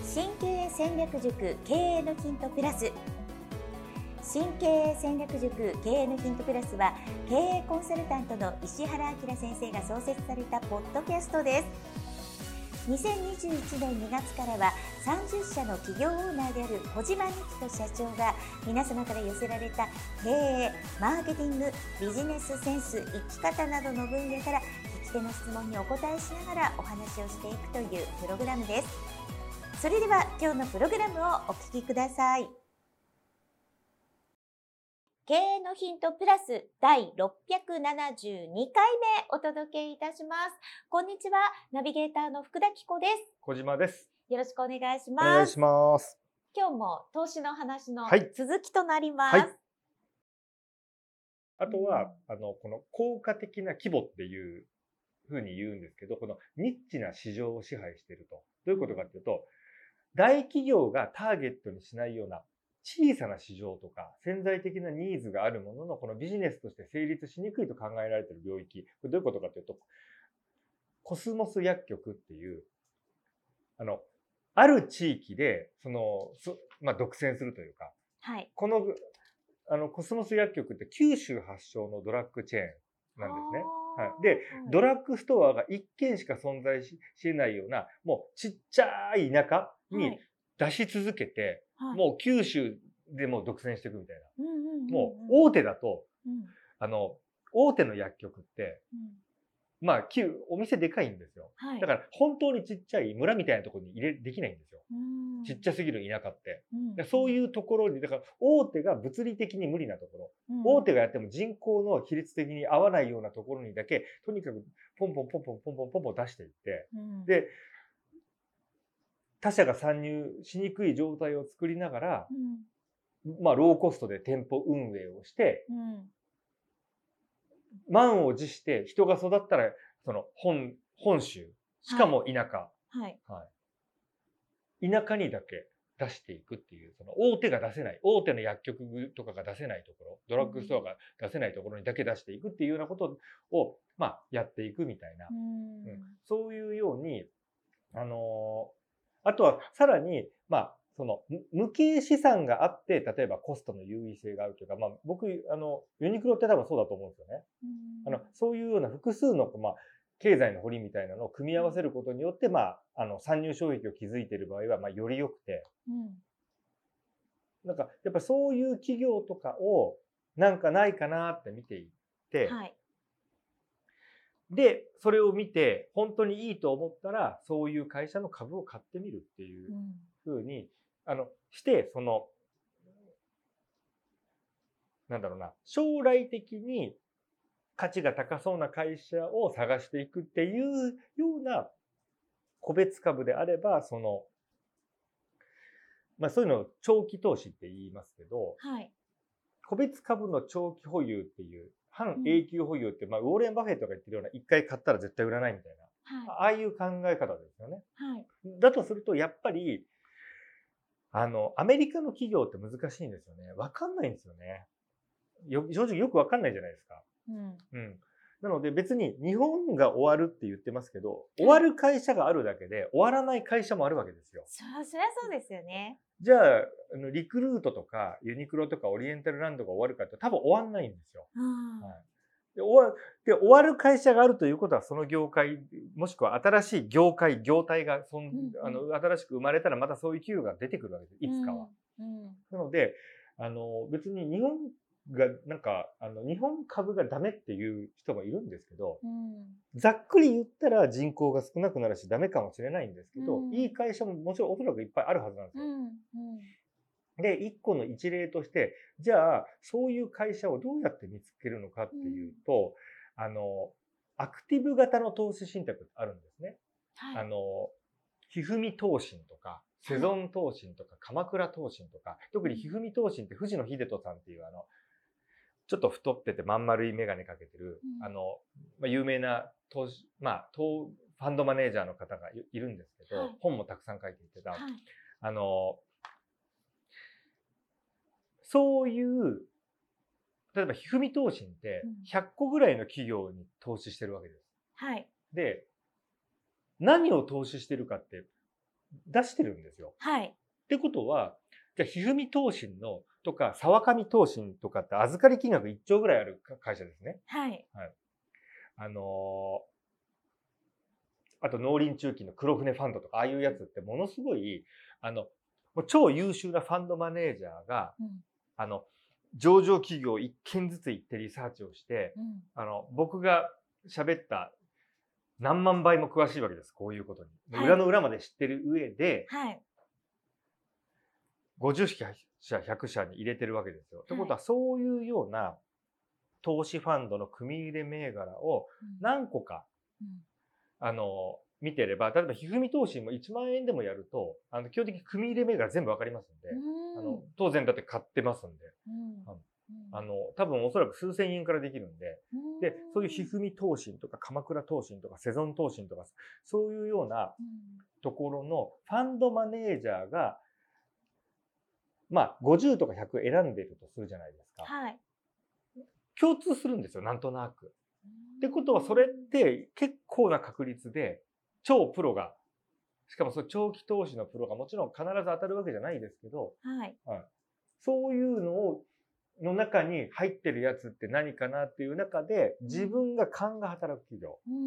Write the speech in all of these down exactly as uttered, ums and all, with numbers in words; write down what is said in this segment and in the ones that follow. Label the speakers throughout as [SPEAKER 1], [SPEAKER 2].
[SPEAKER 1] 新経営戦略塾経営のヒントプラス。新経営戦略塾経営のヒントプラスは、経営コンサルタントの石原明先生が創設されたポッドキャストです。にせんにじゅういちねんにがつからはさんじゅっしゃの企業オーナーである小島美希人社長が、皆様から寄せられた経営、マーケティング、ビジネスセンス、生き方などの分野から聞き手の質問にお答えしながらお話をしていくというプログラムです。それでは今日のプログラムをお聞きください。経営のヒントプラス第ろっぴゃくななじゅうにかいめお届けいたします。こんにちは、ナビゲーターの福田紀子です。
[SPEAKER 2] 小島です。
[SPEAKER 1] よろしくお願いします。
[SPEAKER 2] お願いします。
[SPEAKER 1] 今日も投資の話の
[SPEAKER 2] はい
[SPEAKER 1] 続きとなります。はいはい、
[SPEAKER 2] あとは、あの、この効果的な規模っていうふうに言うんですけど、このニッチな市場を支配していると。どういうことかっていうと、大企業がターゲットにしないような小さな市場とか潜在的なニーズがあるものの、このビジネスとして成立しにくいと考えられている領域。これどういうことかというと、コスモス薬局っていう、あの、ある地域で、その、まあ、独占するというか、
[SPEAKER 1] はい、
[SPEAKER 2] この、あの、コスモス薬局って九州発祥のドラッグチェーンなんですね。はい、で、はい、ドラッグストアが一軒しか存在し得ないような、もうちっちゃい田舎に出し続けて、はい、もう九州でもう独占していくみたいな。もう大手だと、うん、あの、大手の薬局って、うん、まあ、お店でかいんですよ。はい、だから本当にちっちゃい村みたいなところに入れ、できないんですよ。ちっちゃすぎる田舎って。うん、そういうところに、だから大手が物理的に無理なところ、うん、大手がやっても人口の比率的に合わないようなところにだけ、とにかくポンポンポンポンポンポンポンポン出していって、うん、で、他社が参入しにくい状態を作りながら、うん、まあ、ローコストで店舗運営をして、うん、満を持して人が育ったら、その本、本州、しかも田舎。はい。はい、田舎にだけ出していくっていう、その大手が出せない、大手の薬局とかが出せないところ、ドラッグストアが出せないところにだけ出していくっていうようなことを、まあ、やっていくみたいな。うん、そういうように、あのー、あとはさらに、まあ、その、無形資産があって、例えばコストの優位性があるというか、まあ、僕、あの、ユニクロって多分そうだと思うんですよね。うん、あの、そういうような複数の、まあ、経済の堀みたいなのを組み合わせることによって、まあ、あの、参入障壁を築いている場合は、まあ、より良くて、うん、なんか、やっぱそういう企業とかを、なんかないかなって見ていって、はい、で、それを見て、本当にいいと思ったら、そういう会社の株を買ってみるっていうふうに、あの、して、その、なんだろうな、将来的に価値が高そうな会社を探していくっていうような個別株であれば、その、まあそういうのを長期投資って言いますけど、はい、個別株の長期保有っていう、半永久保有って、まあウォーレン・バフェットが言ってるような、一回買ったら絶対売らないみたいな、はい、ああいう考え方ですよね。はい、だとすると、やっぱり、あの、アメリカの企業って難しいんですよね。わかんないんですよね。よ正直よくわかんないじゃないですか。うん。うん。なので別に日本が終わるって言ってますけど、終わる会社があるだけで終わらない会社もあるわけですよ。
[SPEAKER 1] そ、そりゃそうですよね。
[SPEAKER 2] じゃあ、リクルートとかユニクロとかオリエンタルランドが終わるかって多分終わんないんですよ。はい。で終わで終わる会社があるということは、その業界、もしくは新しい業界、業態がそん、うんうん、あの新しく生まれたらまたそういう企業が出てくるわけです。いつかは。うんうん、なので、あの別に日本がなんかあの日本株がダメっていう人もいるんですけど、うん、ざっくり言ったら人口が少なくなるしダメかもしれないんですけど、うん、いい会社ももちろんおそらくいっぱいあるはずなんですよ。うんうん、で、一個の一例として、じゃあそういう会社をどうやって見つけるのかっていうと、うん、あのアクティブ型の投資信託ってあるんですね。はい、あのひふみ投信とかセゾン投信とか鎌倉投信とか、特にひふみ投信って藤野秀人さんっていうあのちょっと太っててまん丸い眼鏡かけてる、うん、あの、まあ、有名な投資、まあ、投、ファンドマネージャーの方がいるんですけど、はい、本もたくさん書いていてた、はい、あの、そういう、例えば、ひふみ投信ってひゃっこぐらいの企業に投資してるわけです。はい。で、何を投資してるかって、 出してるんですよ。
[SPEAKER 1] はい。
[SPEAKER 2] ってことは、じゃあ、ひふみ投信のとか、沢上投信とかって預かり金額いっちょうぐらいある会社ですね。
[SPEAKER 1] はい。
[SPEAKER 2] はい。あのー、あと農林中金の黒船ファンドとか、ああいうやつってものすごい、あの、もう超優秀なファンドマネージャーが、うん、あの、上場企業一件ずつ行ってリサーチをして、うん、あの、僕が喋った何万倍も詳しいわけです。こういうことに。はい、裏の裏まで知ってる上で、はい、ごじゅっしゃ、ひゃくしゃに入れてるわけですよ。と、はい、いうことは、そういうような投資ファンドの組み入れ銘柄を何個か、うんうん、あの、見てれば、例えば、ひふみ投資もいちまんえんでもやると、あの、基本的に組み入れ銘柄全部わかりますんで、あの、当然だって買ってますんで、うん、あの、多分おそらく数千円からできるんで、で、そういうひふみ投信とか鎌倉投信とかセゾン投信とか、そういうようなところのファンドマネージャーが、まあ、ごじゅうとかひゃく選んでるとするじゃないですか。はい。共通するんですよ、なんとなく。ってことは、それって結構な確率で、超プロが、しかもその長期投資のプロがもちろん必ず当たるわけじゃないですけど、はい。はい、そういうのを、の中に入ってるやつって何かなっていう中で、自分が勘が働く企業。うん、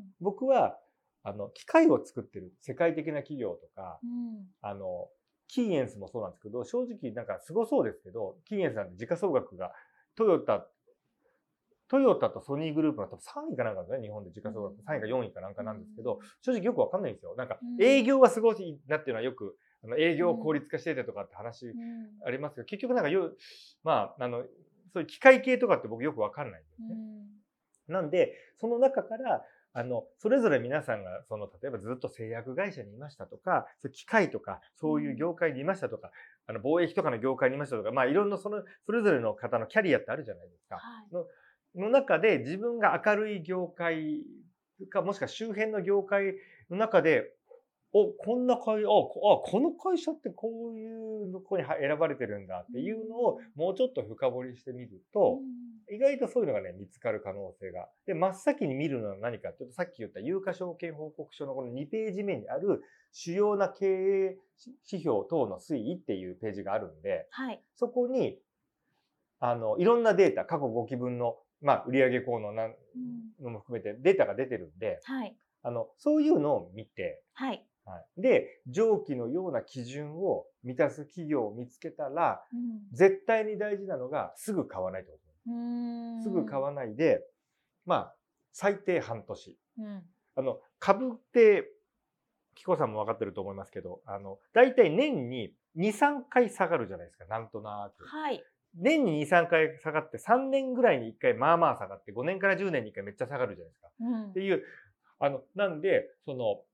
[SPEAKER 2] 僕は、あの、機械を作ってる世界的な企業とか、うん、あの、キーエンスもそうなんですけど、正直なんかすごそうですけど、キーエンスなんて時価総額がトヨタ、トヨタとソニーグループの多分さんいかなんかですね、日本で時価総額さんいかよんいかなんかなんですけど、正直よくわかんないんですよ。なんか営業はすごいなっていうのはよく、あの営業を効率化しててとかって話ありますけど、結局なんかよ、まあ、あの、そういう機械系とかって僕よくわかんないんですね。なんで、その中から、あの、それぞれ皆さんが、その、例えばずっと製薬会社にいましたとか、そういう機械とか、そういう業界にいましたとか、あの、貿易とかの業界にいましたとか、まあ、いろんなその、それぞれの方のキャリアってあるじゃないですか。はい、のの中で自分が明るい業界か、もしくは周辺の業界の中で、お、こんな会、あ、この会社ってこういうのこに選ばれてるんだっていうのをもうちょっと深掘りしてみると、意外とそういうのがね、見つかる可能性が。で、真っ先に見るのは何かっていうと、さっき言った有価証券報告書のこのにページ目にある主要な経営指標等の推移っていうページがあるんで、はい、そこに、あの、いろんなデータ、過去ごきぶんの、まあ、売上効能なんのも含めてデータが出てるんで、はい、あの、そういうのを見て、はい、はい、で、上記のような基準を満たす企業を見つけたら、うん、絶対に大事なのがすぐ買わないってことです。すぐ買わないで、まあ、最低半年。うん、あの、株って、紀子さんも分かってると思いますけど、あの、だいたい年にに、さんかい下がるじゃないですか、なんとなく。はい。年にに、さんかい下がって、さんねんぐらいにいっかいまあまあ下がって、ごねんからじゅうねんにいっかいめっちゃ下がるじゃないですか。うん、っていう、あの、なんで、その、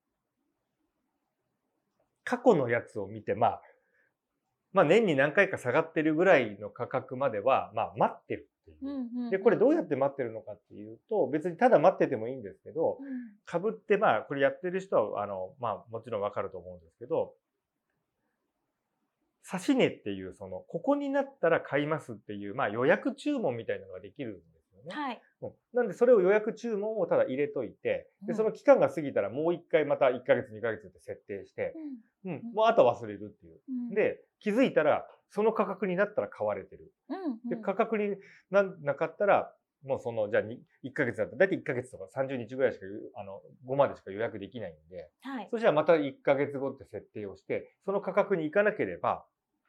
[SPEAKER 2] 過去のやつを見て、まあ、まあ年に何回か下がってるぐらいの価格までは、まあ待ってるっていう。で、これどうやって待ってるのかっていうと、別にただ待っててもいいんですけど、うん、株ってまあ、これやってる人は、あの、まあもちろんわかると思うんですけど、指値っていう、その、ここになったら買いますっていう、まあ予約注文みたいなのができるんですよね。はい。なんでそれを予約注文をただ入れといて、で、その期間が過ぎたらもう一回またいっかげつ、にかげつって設定して、うん、うん、もうあとは忘れるっていう。うん、で、気づいたら、その価格になったら買われてる。うんうん、で、価格にならなかったら、もうその、じゃあいっかげつだったら、だいたいいっかげつとかさんじゅうにちぐらいしか、あの、ごまでしか予約できないんで、はい、そしたらまたいっかげつごって設定をして、その価格に行かなければ、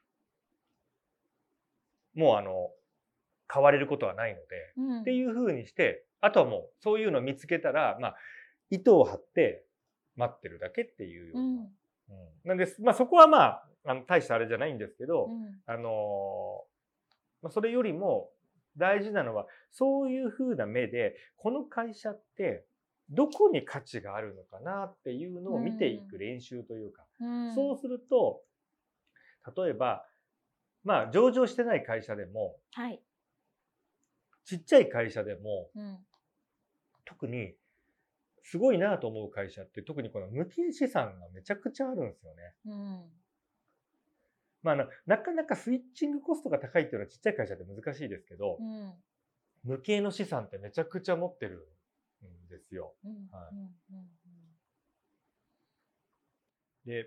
[SPEAKER 2] もうあの、買われることはないので、うん、っていう風にして、あとはもうそういうのを見つけたら、まあ、糸を張って待ってるだけっていうような。うんうん、なんです、まあそこはまあ、あの大したあれじゃないんですけど、うん、あの、まあ、それよりも大事なのは、そういう風な目で、この会社ってどこに価値があるのかなっていうのを見ていく練習というか、うん、そうすると、例えば、まあ上場してない会社でも、はい、ちっちゃい会社でも、うん、特にすごいなと思う会社って、特にこの無形資産がめちゃくちゃあるんですよね。うん、まあな、なかなかスイッチングコストが高いっていうのはちっちゃい会社って難しいですけど、うん、無形の資産ってめちゃくちゃ持ってるんですよ。で、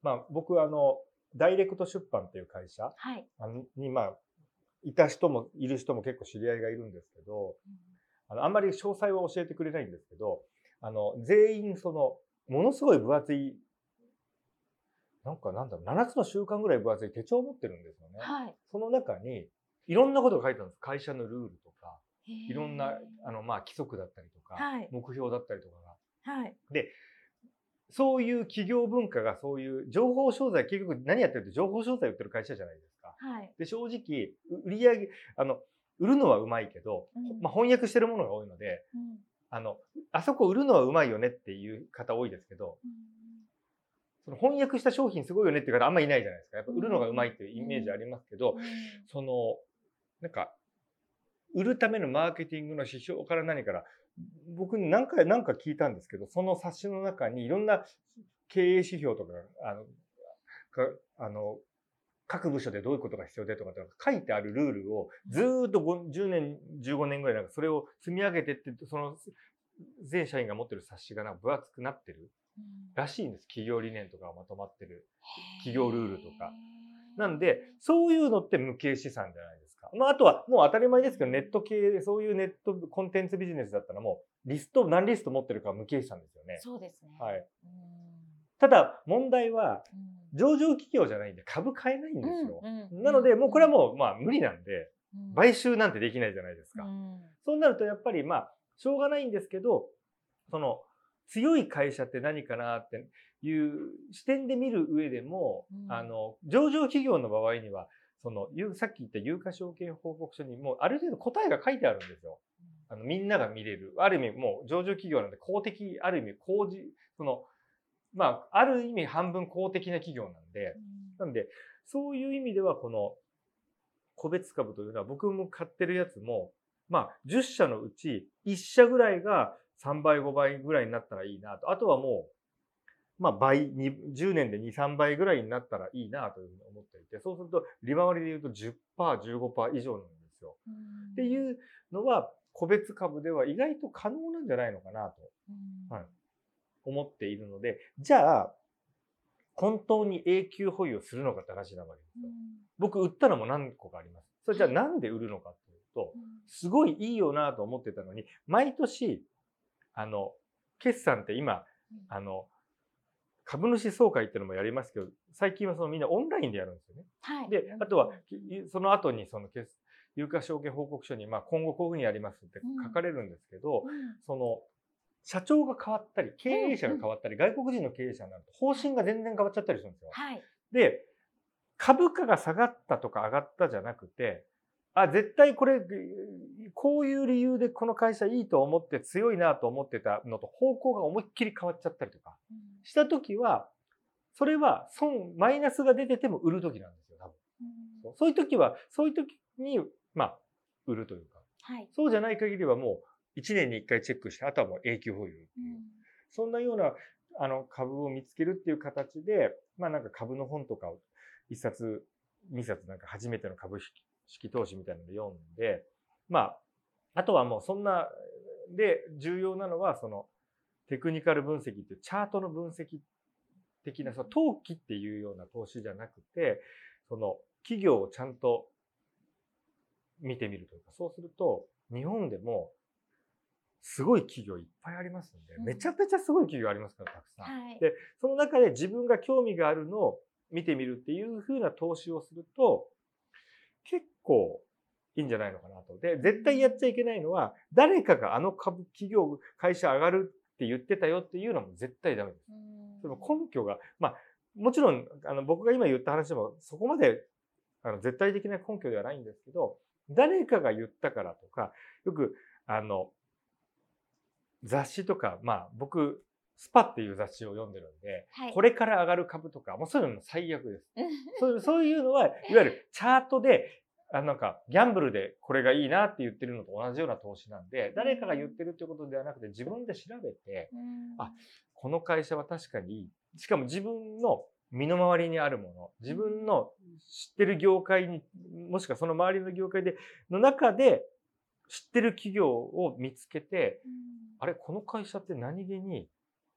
[SPEAKER 2] まあ、僕あのダイレクト出版っていう会社に、まあ、いた人もいる人も結構知り合いがいるんですけど、あのあんまり詳細は教えてくれないんですけど、あの全員そのものすごい分厚い、なんかなんだろう、ななつの習慣ぐらい分厚い手帳を持ってるんですよね。
[SPEAKER 1] はい、
[SPEAKER 2] その中にいろんなことが書いてあるんです。会社のルールとか、いろんなあのまあ規則だったりとか、はい、目標だったりとかが。はい、で、そういう企業文化がそういう情報商材、結局何やってるって情報商材売ってる会社じゃないですか。はい、で正直売り上げあの売るのはうまいけど、うん、まあ、翻訳してるものが多いので、うん、あのあそこ売るのはうまいよねっていう方多いですけど、うん、その翻訳した商品すごいよねっていう方あんまりいないじゃないですか。やっぱ売るのがうまいっていうイメージありますけど、うん、そのなんか売るためのマーケティングの指標から何から僕何回何か聞いたんですけど、その冊子の中にいろんな経営指標とかあのかあの各部署でどういうことが必要でとか書いてあるルールをずーっとじゅうねんじゅうごねんぐらいなんかそれを積み上げてって、その全社員が持ってる冊子がなんか分厚くなってるらしいんです。企業理念とかがまとまってる企業ルールとかなんで、そういうのって無形資産じゃないですか。まあ、あとはもう当たり前ですけど、ネット系でそういうネットコンテンツビジネスだったらもうリスト何リスト持ってるかは無形資産ですよね。
[SPEAKER 1] そうですね。
[SPEAKER 2] はい。ただ問題は上場企業じゃないんで株買えないんですよ。なのでもうこれはもうまあ無理なんで、買収なんてできないじゃないですか。そうなるとやっぱりまあしょうがないんですけど、その強い会社って何かなっていう視点で見る上でも、うん、あの上場企業の場合にはそのさっき言った有価証券報告書にもうある程度答えが書いてあるんですよ。あのみんなが見れる、ある意味もう上場企業なんで公的、ある意味公示、そのまあある意味半分公的な企業なんで、うん、なんでそういう意味ではこの個別株というのは僕も買ってるやつもまあじゅっしゃのうちいっしゃぐらいがさんばいごばいぐらいになったらいいなと。あとはもうまあ倍、じゅうねんでに、さんばいぐらいになったらいいなというふうに思っていて、そうすると利回りで言うと じゅっパーセント、じゅうごパーセント 以上なんですよ。っていうのは個別株では意外と可能なんじゃないのかなと、はい、思っているので、じゃあ本当に永久保有をするのかって話なわけですよ。僕売ったのも何個かあります。それじゃあなんで売るのかっていうと、すごいいいよなと思ってたのに、毎年あの決算って今あの株主総会っていうのもやりますけど、最近はそのみんなオンラインでやるんですよね。はい、で、あとはその後にその有価証券報告書にまあ今後こういうふうにやりますって書かれるんですけど、うん、その社長が変わったり、経営者が変わったり、うん、外国人の経営者になると方針が全然変わっちゃったりするんですよ。はい、で、株価が下がったとか上がったじゃなくて、あ、絶対これ、こういう理由でこの会社いいと思って強いなと思ってたのと方向が思いっきり変わっちゃったりとかしたときは、それは損、マイナスが出てても売るときなんですよ、多分。うん、そういうときは、そういうときに、まあ、売るというか、はい、そうじゃない限りはもういちねんにいっかいチェックして、あとはもう永久保有っていう、うん、そんなようなあの株を見つけるっていう形で、まあなんか株の本とかを一冊、二冊なんか初めての株式投資みたいなので読んで、まあ、あとはもうそんなで重要なのはそのテクニカル分析っていうチャートの分析的な、その投機っていうような投資じゃなくて、その企業をちゃんと見てみるというか、そうすると日本でもすごい企業いっぱいありますんで、めちゃめちゃすごい企業ありますからたくさん。はい、で、その中で自分が興味があるのを見てみるっていう風な投資をすると結構いいんじゃないのかなと。で、絶対やっちゃいけないのは、誰かがあの株、企業、会社上がるって言ってたよっていうのも絶対ダメです。その根拠が、まあ、もちろん、あの、僕が今言った話もそこまで、あの、絶対的な根拠ではないんですけど、誰かが言ったからとか、よく、あの、雑誌とか、まあ、僕、スパっていう雑誌を読んでるんで、はい、これから上がる株とか、もうそういうのも最悪です。そう、そういうのは、いわゆるチャートで、あなんかギャンブルでこれがいいなって言ってるのと同じような投資なんで、誰かが言ってるってことではなくて自分で調べて、あ、この会社は確かにいい。しかも自分の身の回りにあるもの、自分の知ってる業界に、もしくはその周りの業界での中で知ってる企業を見つけて、あれこの会社って何気に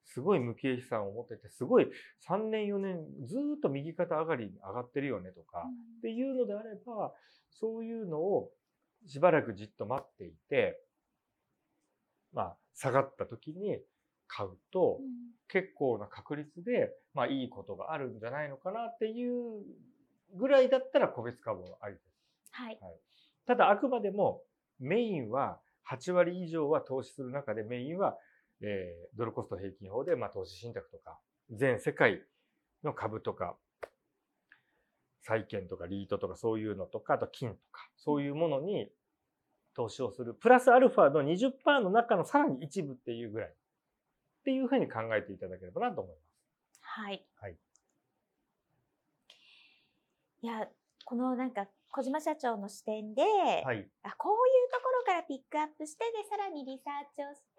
[SPEAKER 2] すごい無形資産を持ってて、すごいさんねんよねんずーっと右肩上がりに上がってるよねとか、っていうのであれば、そういうのをしばらくじっと待っていて、まあ下がった時に買うと、結構な確率で、まあいいことがあるんじゃないのかなっていうぐらいだったら個別株はありです。
[SPEAKER 1] はい。
[SPEAKER 2] はい、ただあくまでもメインははちわり以上は投資する中でメインは、えー、ドルコスト平均法で、まあ投資信託とか、全世界の株とか、債券とかリートとかそういうのとか、あと金とか、そういうものに投資をする。プラスアルファの にじゅっパーセント の中のさらに一部っていうぐらい。っていうふうに考えていただければなと思います。
[SPEAKER 1] はい。
[SPEAKER 2] はい。
[SPEAKER 1] いや、このなんか小島社長の視点で、
[SPEAKER 2] はい、
[SPEAKER 1] あ、こういうところからピックアップして、で、さらにリサーチをして、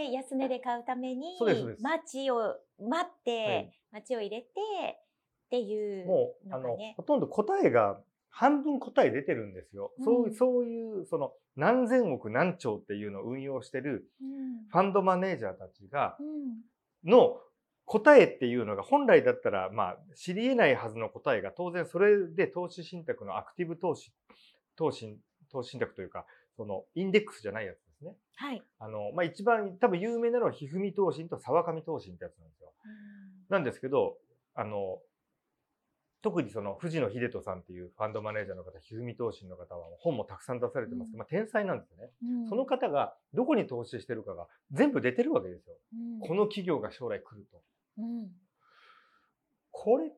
[SPEAKER 1] で、安値で買うために、待ちを待って、はい、待ちを入れて、っていうのがね。
[SPEAKER 2] もう、あの、ほとんど答えが、半分答え出てるんですよ。うん、そう、そういう、その、何千億何兆っていうのを運用してる、ファンドマネージャーたちが、うん、の答えっていうのが、本来だったら、まあ、知り得ないはずの答えが、当然それで投資信託のアクティブ投資、投資、投資信託というか、その、インデックスじゃないやつですね。
[SPEAKER 1] はい。
[SPEAKER 2] あの、まあ、一番多分有名なのは、ひふみ投信と沢上投信ってやつなんですよ。うん、なんですけど、あの、特にその藤野秀人さんっていうファンドマネージャーの方、ひふみ投信の方は本もたくさん出されてますけど、まあ、天才なんですよね、うん。その方がどこに投資してるかが全部出てるわけですよ。うん、この企業が将来来ると。うん、これって、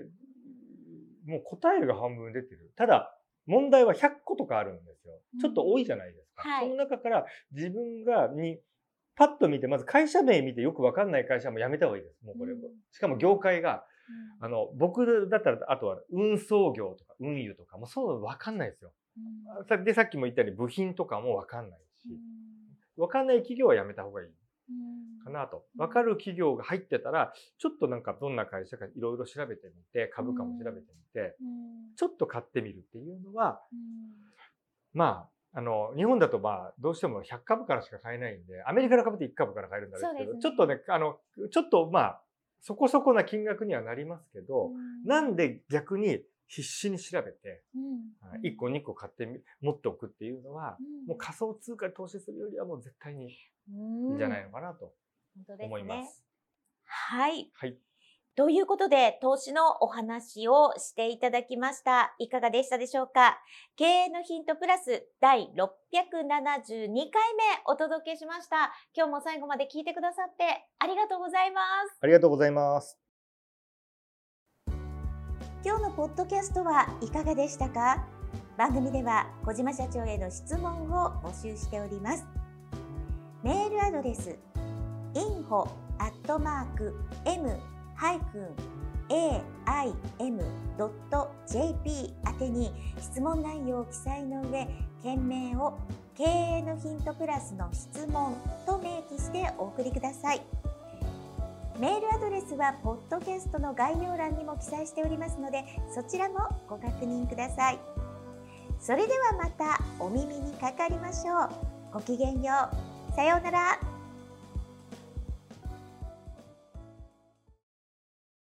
[SPEAKER 2] もう答えが半分出てる。ただ、問題はひゃっことかあるんですよ。ちょっと多いじゃないですか。うんはい、その中から自分がに、パッと見て、まず会社名見てよくわかんない会社もやめた方がいいです。もうこれ。うん、しかも業界が、うん、あの、僕だったら、あとは運送業とか運輸とかもそういうのわかんないですよ。うん、で、さっきも言ったように部品とかもわかんないし、わ、うん、かんない企業はやめた方がいいかなと。わかる企業が入ってたら、ちょっとなんかどんな会社かいろいろ調べてみて、株価も調べてみて、うん、ちょっと買ってみるっていうのは、うん、まあ、あの、日本だとまあ、どうしてもひゃくかぶからしか買えないんで、アメリカの株っていちかぶから買えるんですけど、ね、ちょっとね、あの、ちょっとまあ、そこそこな金額にはなりますけど、うん、なんで逆に必死に調べて、うん、いっこにこ買ってみ、持っておくっていうのは、うん、もう仮想通貨に投資するよりはもう絶対にいいんじゃないのかなと思います。うん、本当ですね。
[SPEAKER 1] はい。
[SPEAKER 2] はい。
[SPEAKER 1] ということで、投資のお話をしていただきました。いかがでしたでしょうか？経営のヒントプラスだいろっぴゃくななじゅうにかいめお届けしました。今日も最後まで聞いてくださってありがとうございます。
[SPEAKER 2] ありがとうございます。
[SPEAKER 1] 今日のポッドキャストはいかがでしたか？番組では小島社長への質問を募集しております。メールアドレス インフォ アットマーク エム ハイフン エーアイエム ドット ジェーピー 宛てに質問内容を記載の上、件名を経営のヒントプラスの質問と明記してお送りください。メールアドレスはポッドキャストの概要欄にも記載しておりますので、そちらもご確認ください。それではまたお耳にかかりましょう。ごきげんよう。さようなら。